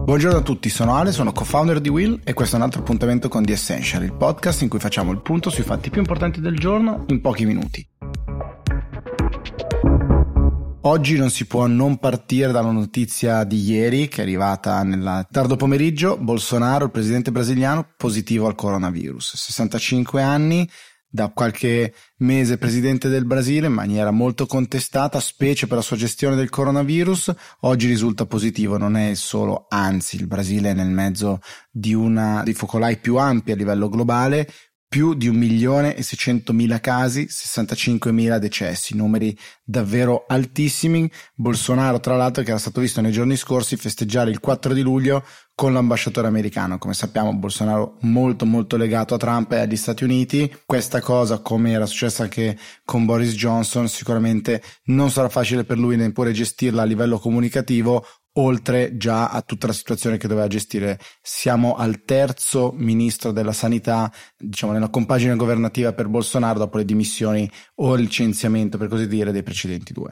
Buongiorno a tutti, sono Ale, sono co-founder di Will e questo è un altro appuntamento con The Essential, il podcast in cui facciamo il punto sui fatti più importanti del giorno in pochi minuti. Oggi non si può non partire dalla notizia di ieri che è arrivata nel tardo pomeriggio. Bolsonaro, il presidente brasiliano, positivo al coronavirus. 65 anni, da qualche mese presidente del Brasile in maniera molto contestata, specie per la sua gestione del coronavirus. Oggi risulta positivo, non è solo, anzi il Brasile è nel mezzo di una dei focolai più ampi a livello globale. Più di 1.600.000 casi, 65.000 decessi, numeri davvero altissimi. Bolsonaro, tra l'altro, che era stato visto nei giorni scorsi festeggiare il 4 di luglio con l'ambasciatore americano. Come sappiamo, Bolsonaro molto legato a Trump e agli Stati Uniti. Questa cosa, come era successa anche con Boris Johnson, sicuramente non sarà facile per lui neppure gestirla a livello comunicativo, oltre già a tutta la situazione che doveva gestire. Siamo al terzo ministro della sanità, diciamo, nella compagine governativa per Bolsonaro dopo le dimissioni o il licenziamento, per così dire, dei precedenti due.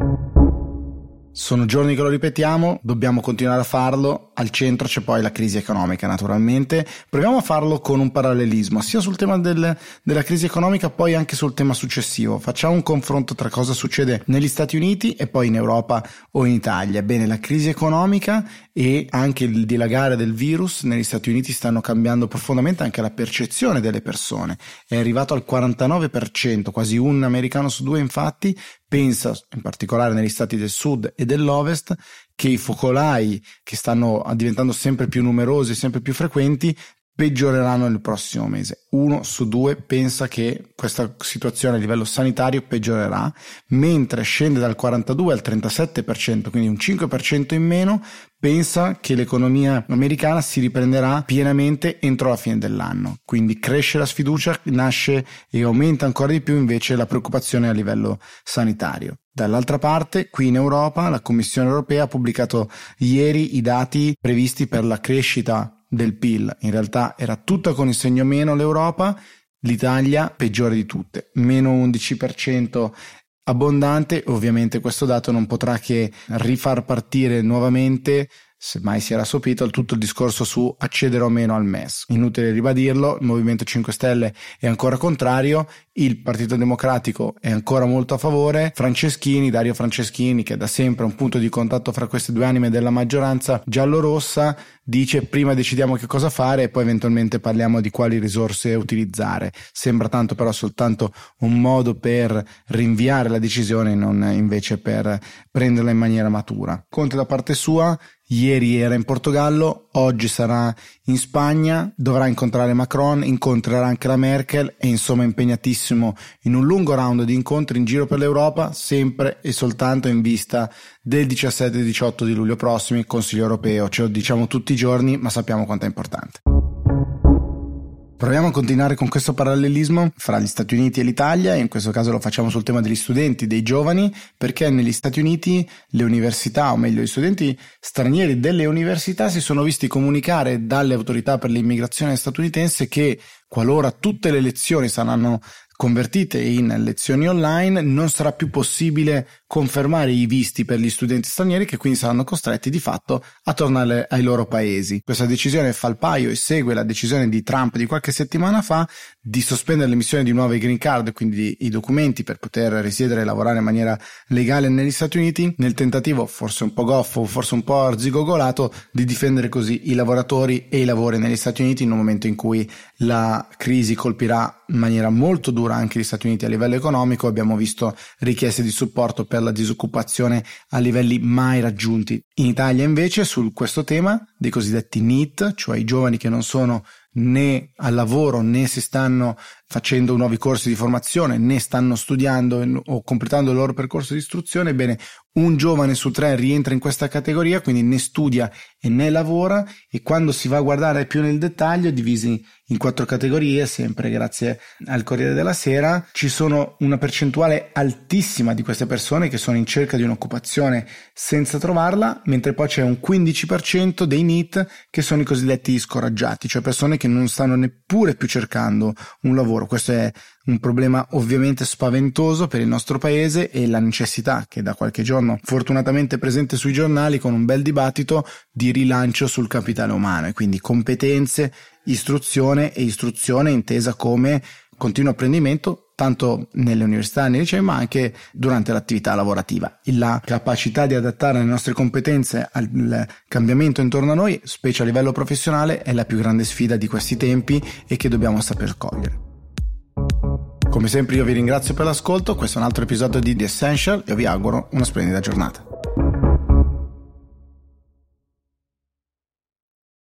Sono giorni che lo ripetiamo, dobbiamo continuare a farlo. Al centro c'è poi la crisi economica, naturalmente. Proviamo a farlo con un parallelismo, sia sul tema della crisi economica, poi anche sul tema successivo. Facciamo un confronto tra cosa succede negli Stati Uniti e poi in Europa o in Italia. Bene, la crisi economica e anche il dilagare del virus negli Stati Uniti stanno cambiando profondamente anche la percezione delle persone. È arrivato al 49%, quasi un americano su due infatti pensa, in particolare negli stati del sud e dell'ovest, che i focolai che stanno diventando sempre più numerosi e sempre più frequenti peggioreranno nel prossimo mese. 1 su 2 pensa che questa situazione a livello sanitario peggiorerà, mentre scende dal 42 al 37%, quindi un 5% in meno, pensa che l'economia americana si riprenderà pienamente entro la fine dell'anno. Quindi cresce la sfiducia, nasce e aumenta ancora di più invece la preoccupazione a livello sanitario. Dall'altra parte, qui in Europa, la Commissione europea ha pubblicato ieri i dati previsti per la crescita del PIL. In realtà era tutta con il segno meno l'Europa, l'Italia peggiore di tutte, meno 11% abbondante. Ovviamente questo dato non potrà che rifar partire nuovamente, se mai si era sopito, tutto il discorso su accedere o meno al MES. Inutile ribadirlo, il Movimento 5 Stelle è ancora contrario, il Partito Democratico è ancora molto a favore. Dario Franceschini, che è da sempre un punto di contatto fra queste due anime della maggioranza giallorossa, dice prima decidiamo che cosa fare e poi eventualmente parliamo di quali risorse utilizzare. Sembra tanto però soltanto un modo per rinviare la decisione, non invece per prenderla in maniera matura. Conte da parte sua ieri era in Portogallo, oggi sarà in Spagna, dovrà incontrare Macron, incontrerà anche la Merkel e insomma è impegnatissimo in un lungo round di incontri in giro per l'Europa, sempre e soltanto in vista del 17 e 18 di luglio prossimi, Consiglio europeo. Ce lo diciamo tutti i giorni, ma sappiamo quanto è importante. Proviamo a continuare con questo parallelismo fra gli Stati Uniti e l'Italia, e in questo caso lo facciamo sul tema degli studenti, dei giovani, perché negli Stati Uniti le università, o meglio gli studenti stranieri delle università, si sono visti comunicare dalle autorità per l'immigrazione statunitense che qualora tutte le lezioni saranno convertite in lezioni online, non sarà più possibile confermare i visti per gli studenti stranieri, che quindi saranno costretti di fatto a tornare ai loro paesi. Questa decisione fa il paio e segue la decisione di Trump di qualche settimana fa di sospendere l'emissione di nuove green card, quindi i documenti per poter risiedere e lavorare in maniera legale negli Stati Uniti, nel tentativo, forse un po' goffo, forse un po' arzigogolato, di difendere così i lavoratori e i lavori negli Stati Uniti in un momento in cui la crisi colpirà in maniera molto dura anche gli Stati Uniti a livello economico. Abbiamo visto richieste di supporto per la disoccupazione a livelli mai raggiunti. In Italia invece su questo tema dei cosiddetti NEET, cioè i giovani che non sono né al lavoro né si stanno facendo nuovi corsi di formazione né stanno studiando o completando il loro percorso di istruzione, ebbene un giovane su 3 rientra in questa categoria, quindi né studia e né lavora, e quando si va a guardare più nel dettaglio, divisi in 4 categorie, sempre grazie al Corriere della Sera, ci sono una percentuale altissima di queste persone che sono in cerca di un'occupazione senza trovarla, mentre poi c'è un 15% dei NEET che sono i cosiddetti scoraggiati, cioè persone che non stanno neppure più cercando un lavoro. Questo è un problema ovviamente spaventoso per il nostro paese e la necessità, che da qualche giorno fortunatamente presente sui giornali con un bel dibattito, di rilancio sul capitale umano, e quindi competenze, istruzione intesa come continuo apprendimento tanto nelle università, nei licei, ma anche durante l'attività lavorativa. La capacità di adattare le nostre competenze al cambiamento intorno a noi, specie a livello professionale, è la più grande sfida di questi tempi e che dobbiamo saper cogliere. Come sempre io vi ringrazio per l'ascolto, questo è un altro episodio di The Essential e vi auguro una splendida giornata.